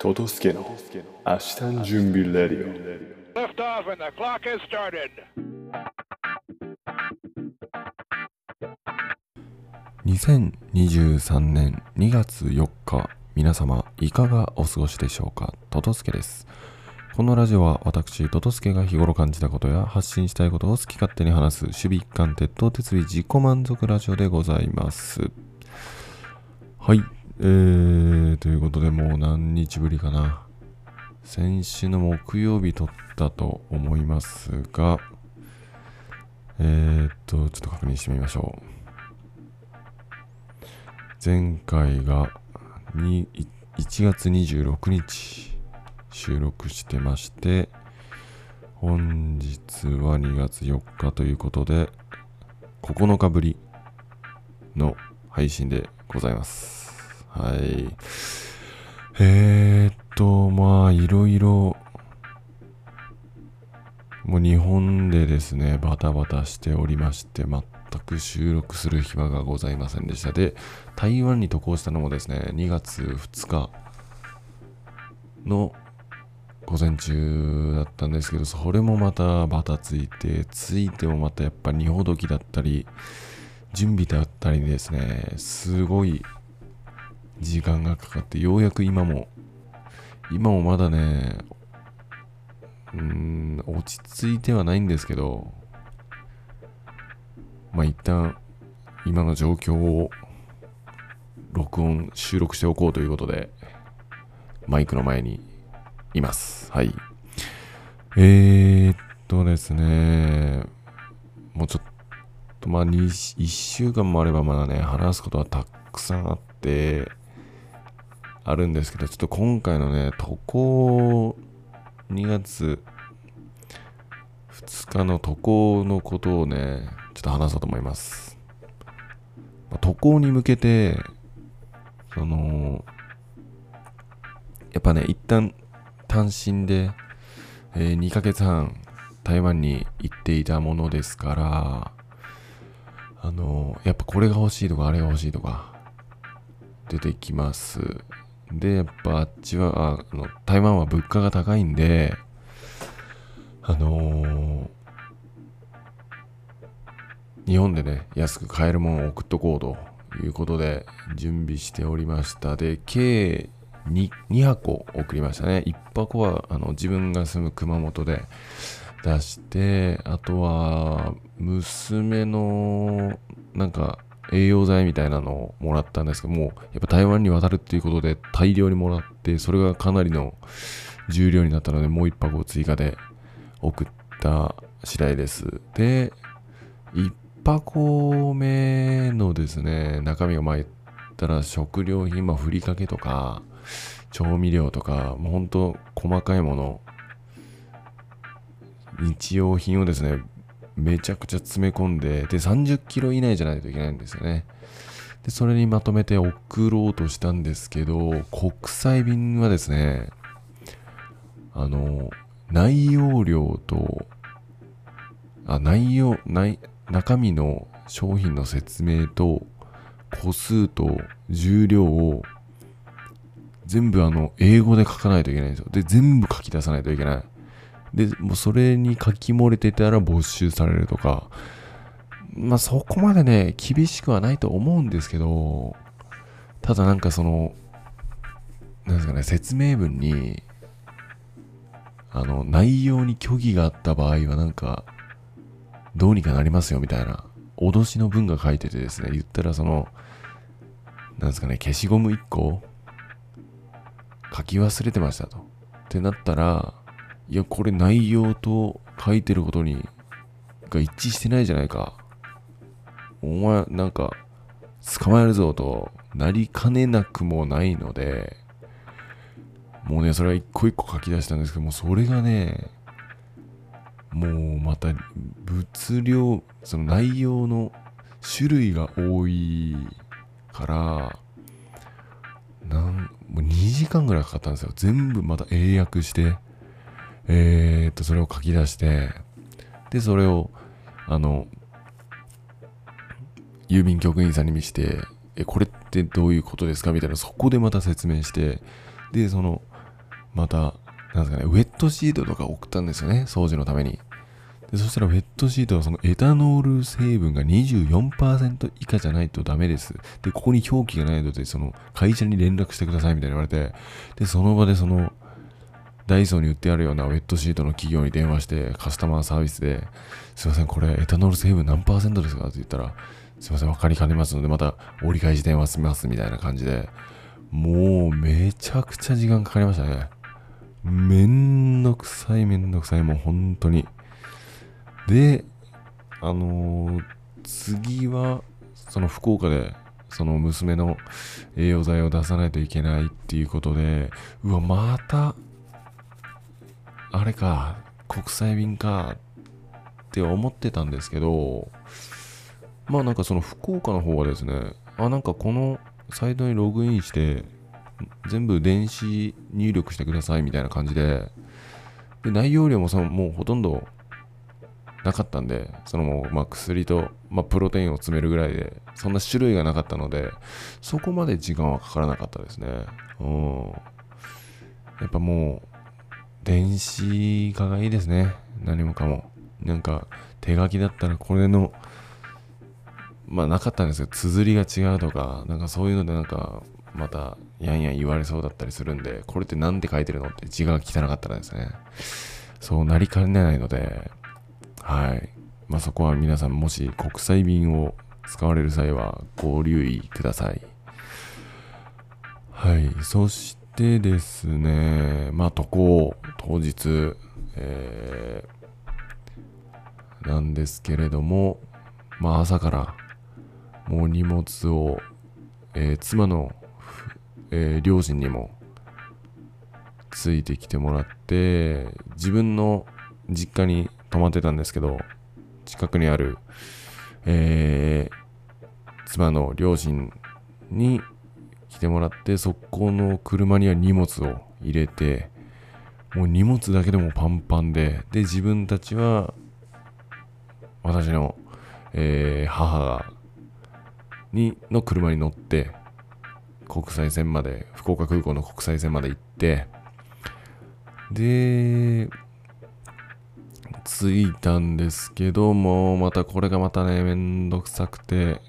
トトスケの明日の準備レディオ。 Lift off and the clock has started. 2023年2月4日、皆様いかがお過ごしでしょうか。トトスケです。このラジオは私トトスケが日頃感じたことや発信したいことを好き勝手に話す守備一貫徹頭徹尾自己満足ラジオでございます。はい、ということでもう何日ぶりかな。先週の木曜日撮ったと思いますが、ちょっと確認してみましょう。前回が1月26日収録してまして、本日は2月4日ということで9日ぶりの配信でございます。はい。まあいろいろもう日本でですねバタバタしておりまして、全く収録する暇がございませんでした。で、台湾に渡航したのもですね2月2日の午前中だったんですけど、それもまたバタついてもまたやっぱ荷ほどきだったり準備だったりですね、すごい時間がかかって、ようやく今もまだね落ち着いてはないんですけど、まあ一旦今の状況を収録しておこうということでマイクの前にいます。はい。ですね、もうちょっと1週間もあればまだね話すことはたくさんあるんですけど、ちょっと今回のね渡航2月2日の渡航のことをねちょっと話そうと思います。渡航に向けてやっぱね一旦単身で、2ヶ月半台湾に行っていたものですから、やっぱこれが欲しいとかあれが欲しいとか出てきます。で、やっぱあっちは台湾は物価が高いんで、日本でね安く買えるものを送っとこうということで準備しておりました。で、計2箱送りましたね。1箱は自分が住む熊本で出して、あとは娘のなんか栄養剤みたいなのをもらったんですけども、やっぱ台湾に渡るっていうことで大量にもらって、それがかなりの重量になったのでもう1箱追加で送った次第です。で、1箱目のですね中身が言ったら食料品、ふりかけとか調味料とかもうほんと細かいもの、日用品をですねめちゃくちゃ詰め込んで、で30キロ以内じゃないといけないんですよね。でそれにまとめて送ろうとしたんですけど、国際便はですね内容量と中身の商品の説明と個数と重量を全部英語で書かないといけないんですよ。で全部書き出さないといけない。でもうそれに書き漏れてたら没収されるとか、そこまでね厳しくはないと思うんですけど、ただなんですかね、説明文に内容に虚偽があった場合はどうにかなりますよみたいな脅しの文が書いててですね、言ったら消しゴム1個書き忘れてましたとってなったら、いやこれ内容と書いてることが一致してないじゃないか、お前捕まえるぞとなりかねなくもないので、もうねそれは一個一個書き出したんですけども、それがねもうまた物量、その内容の種類が多いからもう2時間ぐらいかかったんですよ。全部また英訳してそれを書き出して、でそれを郵便局員さんに見せて、これってどういうことですかみたいな、そこでまた説明して、でまた、なんですかね、ウェットシートとか送ったんですよね、掃除のために。でそしたらウェットシートはそのエタノール成分が 24% 以下じゃないとダメです。で、ここに表記がないので、その会社に連絡してくださいみたいに言われて、で、その場でそのダイソーに売ってあるようなウェットシートの企業に電話して、カスタマーサービスで、すいません、これエタノール成分何%ですかって言ったら、すいません、わかりかねますので、また折り返し電話しますみたいな感じで、もうめちゃくちゃ時間かかりましたね。めんどくさい、もう本当に。で、次は、その福岡で、その娘の栄養剤を出さないといけないっていうことで、うわ、また、あれか、国際便かって思ってたんですけど、まあなんかその福岡の方はですね、なんかこのサイトにログインして、全部電子入力してくださいみたいな感じで、で内容量ももうほとんどなかったんで、そのもう、まあ、薬と、まあ、プロテインを詰めるぐらいで、そんな種類がなかったので、そこまで時間はかからなかったですね。やっぱもう、電子化がいいですね。何もかも。なんか、手書きだったらこれの、まあなかったんですけど、綴りが違うとか、なんかそういうのでなんか、また、やんやん言われそうだったりするんで、これってなんて書いてるのって字が汚かったらですね。そうなりかねないので、はい。まあそこは皆さんもし国際便を使われる際はご留意ください。はい。そしてですね、まあ渡航当日、なんですけれども、まあ朝からもう荷物を、妻の、両親にもついてきてもらって、自分の実家に泊まってたんですけど、近くにある、妻の両親に来てもらって、そこの車には荷物を入れて、もう荷物だけでもパンパンで、で、自分たちは、私の、母の車に乗って、国際線まで、福岡空港の国際線まで行って、で、着いたんですけども、またこれがまたね、めんどくさくて、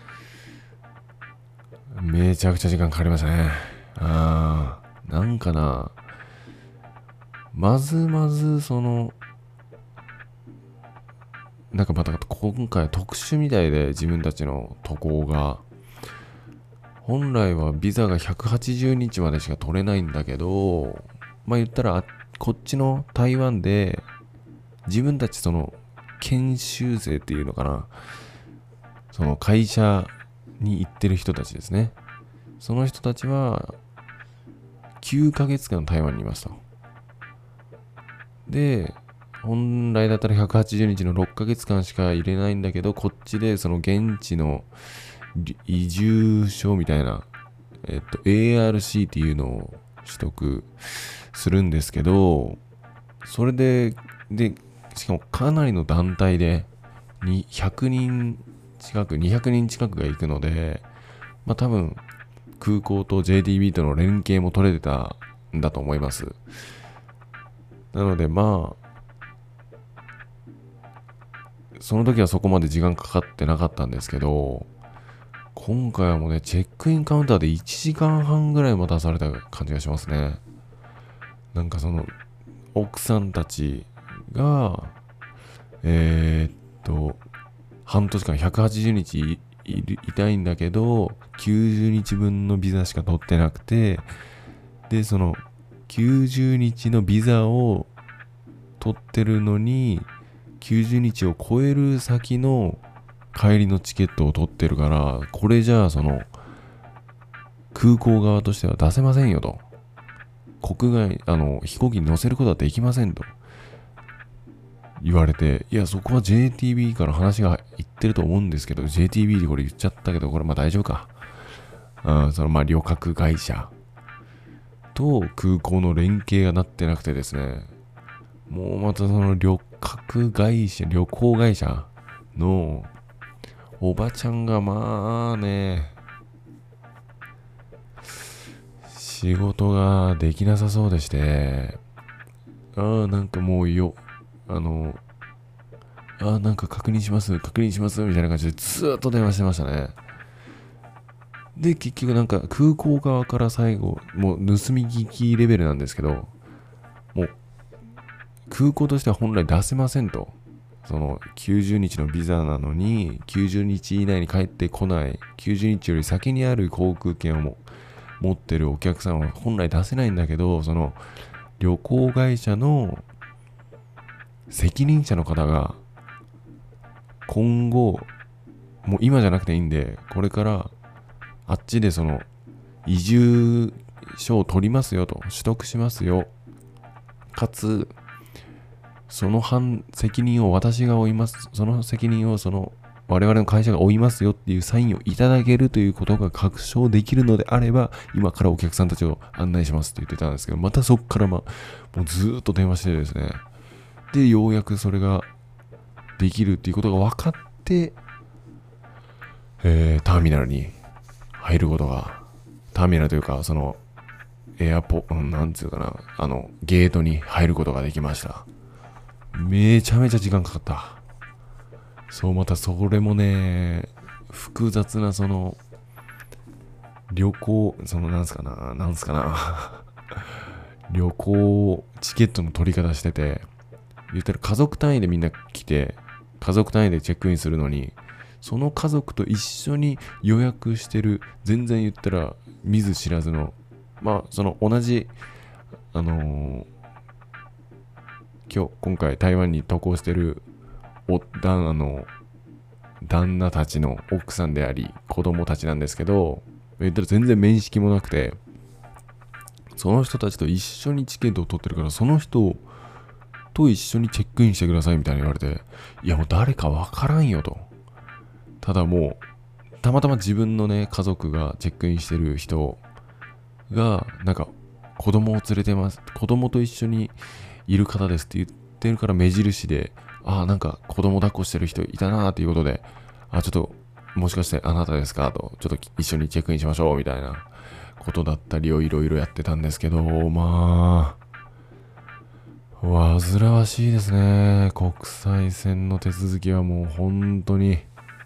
めちゃくちゃ時間かかりましたね。なんかな、まずその、なんかまた今回特殊みたいで、自分たちの渡航が、本来はビザが180日までしか取れないんだけど、まあ言ったら、こっちの台湾で、自分たちその研修生っていうのかな、その会社に行ってる人たちですね。その人たちは9ヶ月間台湾にいました。で、本来だったら180日の6ヶ月間しか入れないんだけど、こっちでその現地の移住証みたいな、ARC っていうのを取得するんですけど、それでしかもかなりの団体で200人近くが行くので、まあ多分空港と JTB との連携も取れてたんだと思います。なのでまあその時はそこまで時間かかってなかったんですけど、今回はもうね、チェックインカウンターで1時間半ぐらい待たされた感じがしますね。なんかその奥さんたちが半年間180日いたいんだけど、90日分のビザしか取ってなくて、でその90日のビザを取ってるのに90日を超える先の帰りのチケットを取ってるから、これじゃあその空港側としては出せませんよと、国外飛行機に乗せることはできませんと言われて、いやそこは JTB から話がいってると思うんですけど、 JTB でこれ言っちゃったけど、これまあ大丈夫か。そのまあ旅客会社と空港の連携がなってなくてですね、もうまたその旅行会社のおばちゃんがまあね、 仕事ができなさそうでして、なんかもうなんか確認しますみたいな感じでずーっと電話してましたね。で、結局なんか空港側から最後、もう盗み聞きレベルなんですけど、もう空港としては本来出せませんと。その90日のビザなのに90日以内に帰ってこない、90日より先にある航空券を持ってるお客さんは本来出せないんだけど、その旅行会社の責任者の方が今後、もう今じゃなくていいんで、これからあっちでその移住書を取りますよと、取得しますよ、かつその責任を私が負います、その責任を我々の会社が負いますよっていうサインをいただけるということが確証できるのであれば、今からお客さんたちを案内しますって言ってたんですけど、またそこからもうずーっと電話してですね、でようやくそれができるっていうことが分かって、ターミナルに入ることが、ターミナルというかそのなんつうかな、ゲートに入ることができました。めちゃめちゃ時間かかった。そう、またそれもね、複雑なその旅行、なんすかな旅行チケットの取り方してて、言ったら家族単位でみんな来て、家族単位でチェックインするのに、その家族と一緒に予約してる、全然言ったら見ず知らずの、その同じ今回台湾に渡航してる旦那たちの奥さんであり子供たちなんですけど、言ったら全然面識もなくて、その人たちと一緒にチケットを取ってるから、その人と一緒にチェックインしてくださいみたいに言われて、いやもう誰かわからんよと。ただもうたまたま自分のね家族がチェックインしてる人がなんか子供を連れてます、子供と一緒にいる方ですって言ってるから、目印でなんか子供抱っこしてる人いたなーっていうことで、ちょっともしかしてあなたですかと、ちょっと一緒にチェックインしましょうみたいなことだったりをいろいろやってたんですけど、煩わしいですね。国際線の手続きはもう本当に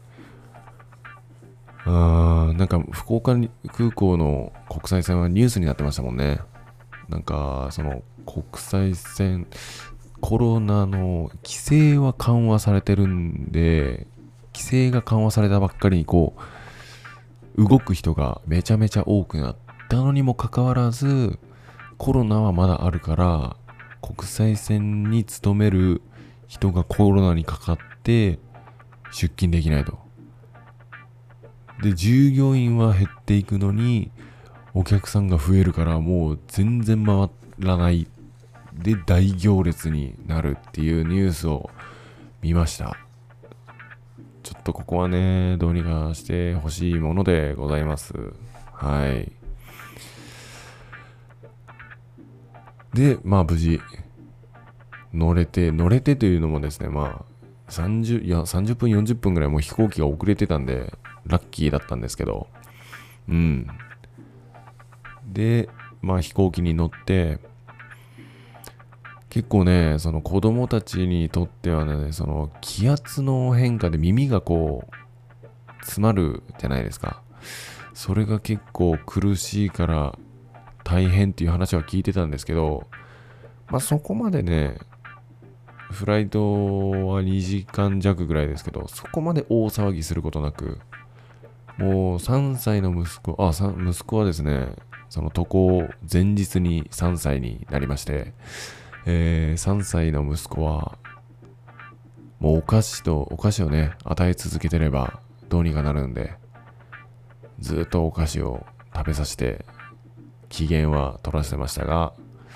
なんか福岡空港の国際線はニュースになってましたもんね。なんかその国際線コロナの規制は緩和されてるんで、規制が緩和されたばっかりに動く人がめちゃめちゃ多くなったのにもかかわらず、コロナはまだあるから国際線に勤める人がコロナにかかって出勤できないと。で従業員は減っていくのにお客さんが増えるからもう全然回らないで大行列になるっていうニュースを見ました。ちょっとここはねどうにかしてほしいものでございます。はい。で無事乗れてというのもですね、30分40分ぐらいもう飛行機が遅れてたんでラッキーだったんですけど、で飛行機に乗って結構ね、その子供たちにとってはね、その気圧の変化で耳が詰まるじゃないですか。それが結構苦しいから大変っていう話は聞いてたんですけど、そこまでね、フライトは2時間弱ぐらいですけど、そこまで大騒ぎすることなく、もう3歳の息子はですね、その渡航前日に3歳になりまして、3歳の息子はもうお菓子をね与え続けてればどうにかなるんで、ずっとお菓子を食べさせて機嫌は取らせてましたが、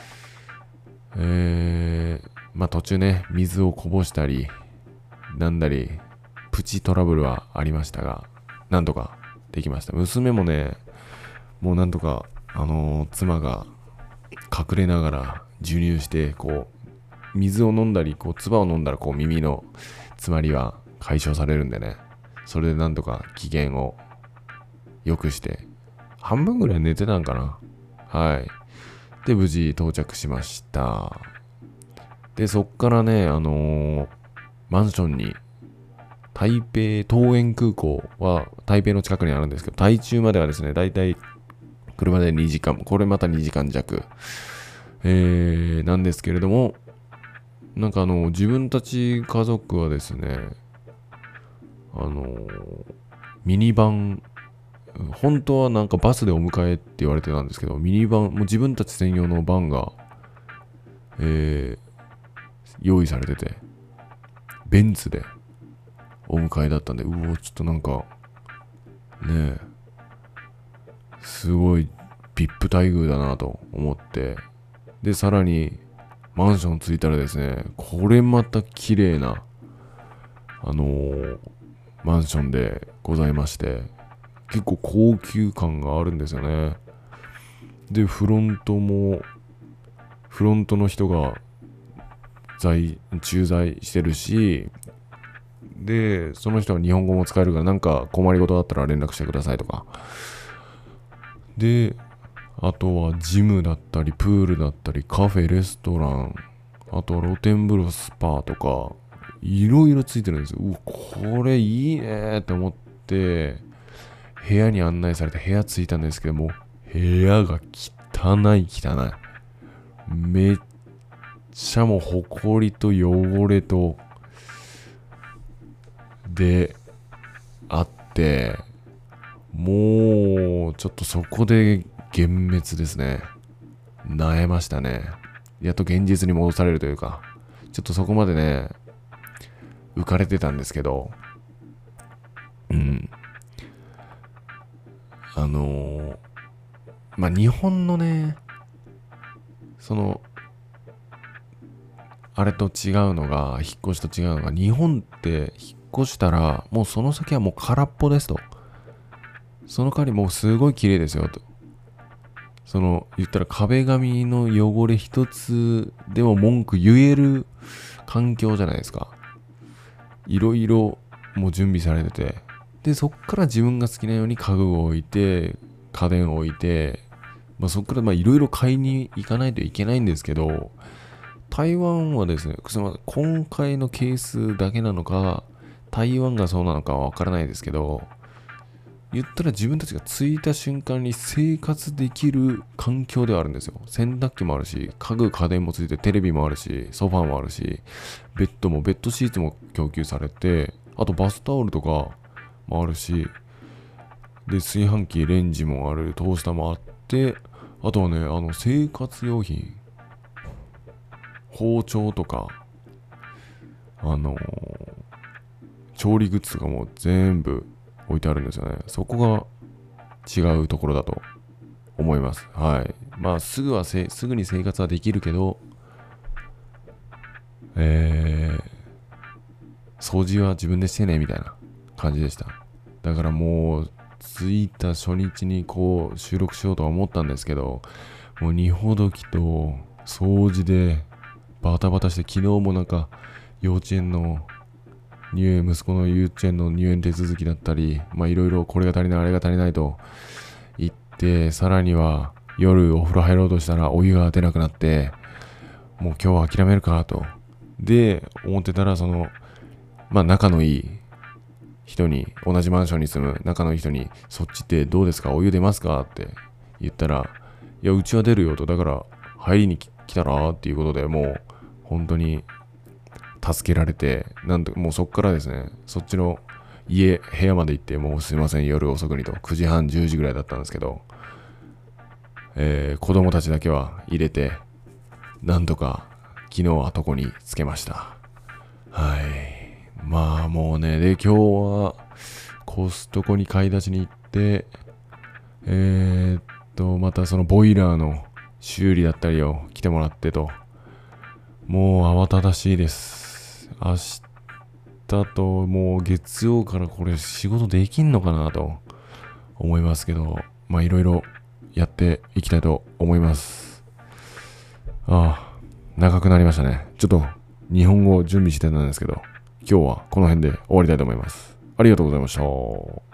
途中ね水をこぼしたりなんだりプチトラブルはありましたが、なんとかできました。娘もねもうなんとか妻が隠れながら授乳して水を飲んだり唾を飲んだら耳の詰まりは解消されるんでね、それでなんとか機嫌を良くして半分ぐらい寝てたんかな。 はい。で、無事到着しました。で、そっからね、マンションに、台北、桃園空港は台北の近くにあるんですけど、台中まではですね、だいたい車で2時間、これまた2時間弱、なんですけれども、なんか自分たち家族はですね、ミニバン、本当はなんかバスでお迎えって言われてたんですけど、ミニバン、もう自分たち専用のバンが、用意されてて、ベンツでお迎えだったんで、ちょっとなんか、ねえ、すごい VIP 待遇だなと思って、で、さらに、マンション着いたらですね、これまた綺麗な、マンションでございまして、結構高級感があるんですよね。で、フロントの人が駐在してるし、で、その人は日本語も使えるから、なんか困りごとあったら連絡してくださいとか。で、あとはジムだったり、プールだったり、カフェ、レストラン、あとは露天風呂、スパとか、いろいろついてるんですよ。これいいねーって思って、部屋に案内されて部屋着いたんですけども、部屋が汚い。めっちゃもう埃と汚れと、で、あって、もう、ちょっとそこで幻滅ですね。萎えましたね。やっと現実に戻されるというか、ちょっとそこまでね、浮かれてたんですけど、日本のね、あれと違うのが、引っ越しと違うのが、日本って引っ越したら、もうその先はもう空っぽですと。その代わりもうすごい綺麗ですよと。言ったら壁紙の汚れ一つでも文句言える環境じゃないですか。いろいろもう準備されてて。で、そっから自分が好きなように家具を置いて、家電を置いて、そっからいろいろ買いに行かないといけないんですけど、台湾はですね、今回のケースだけなのか、台湾がそうなのかはわからないですけど、言ったら自分たちが着いた瞬間に生活できる環境ではあるんですよ。洗濯機もあるし、家電もついて、テレビもあるし、ソファーもあるし、ベッドシーツも供給されて、あとバスタオルとかもあるし、で、炊飯器、レンジもある、トースターもあって、あとはね、生活用品、包丁とか、調理グッズがもう全部置いてあるんですよね。そこが違うところだと思います。はい。すぐに生活はできるけど、掃除は自分でしてねみたいな感じでした。だからもう着いた初日に収録しようとは思ったんですけど、もう荷ほどきと掃除でバタバタして、昨日もなんか幼稚園の息子の幼稚園の入園手続きだったり、いろいろこれが足りないあれが足りないと言って、さらには夜お風呂入ろうとしたらお湯が出なくなって、もう今日は諦めるかとで思ってたら、仲のいい人に、同じマンションに住む仲のいい人に、そっちってどうですか、お湯出ますかって言ったら、いやうちは出るよと、だから入りに来たらっていうことで、もう本当に助けられて、もうそっからですね、そっちの部屋まで行って、もうすいません夜遅くにと、9時半10時ぐらいだったんですけど、子供たちだけは入れて、なんとか昨日は床につけました。はい。もうね、で今日はコストコに買い出しに行って、またそのボイラーの修理だったりを来てもらってと、もう慌ただしいです。明日ともう月曜からこれ仕事できんのかなと思いますけど、いろいろやっていきたいと思います。長くなりましたね。ちょっと日本語準備してたんですけど、今日はこの辺で終わりたいと思います。ありがとうございました。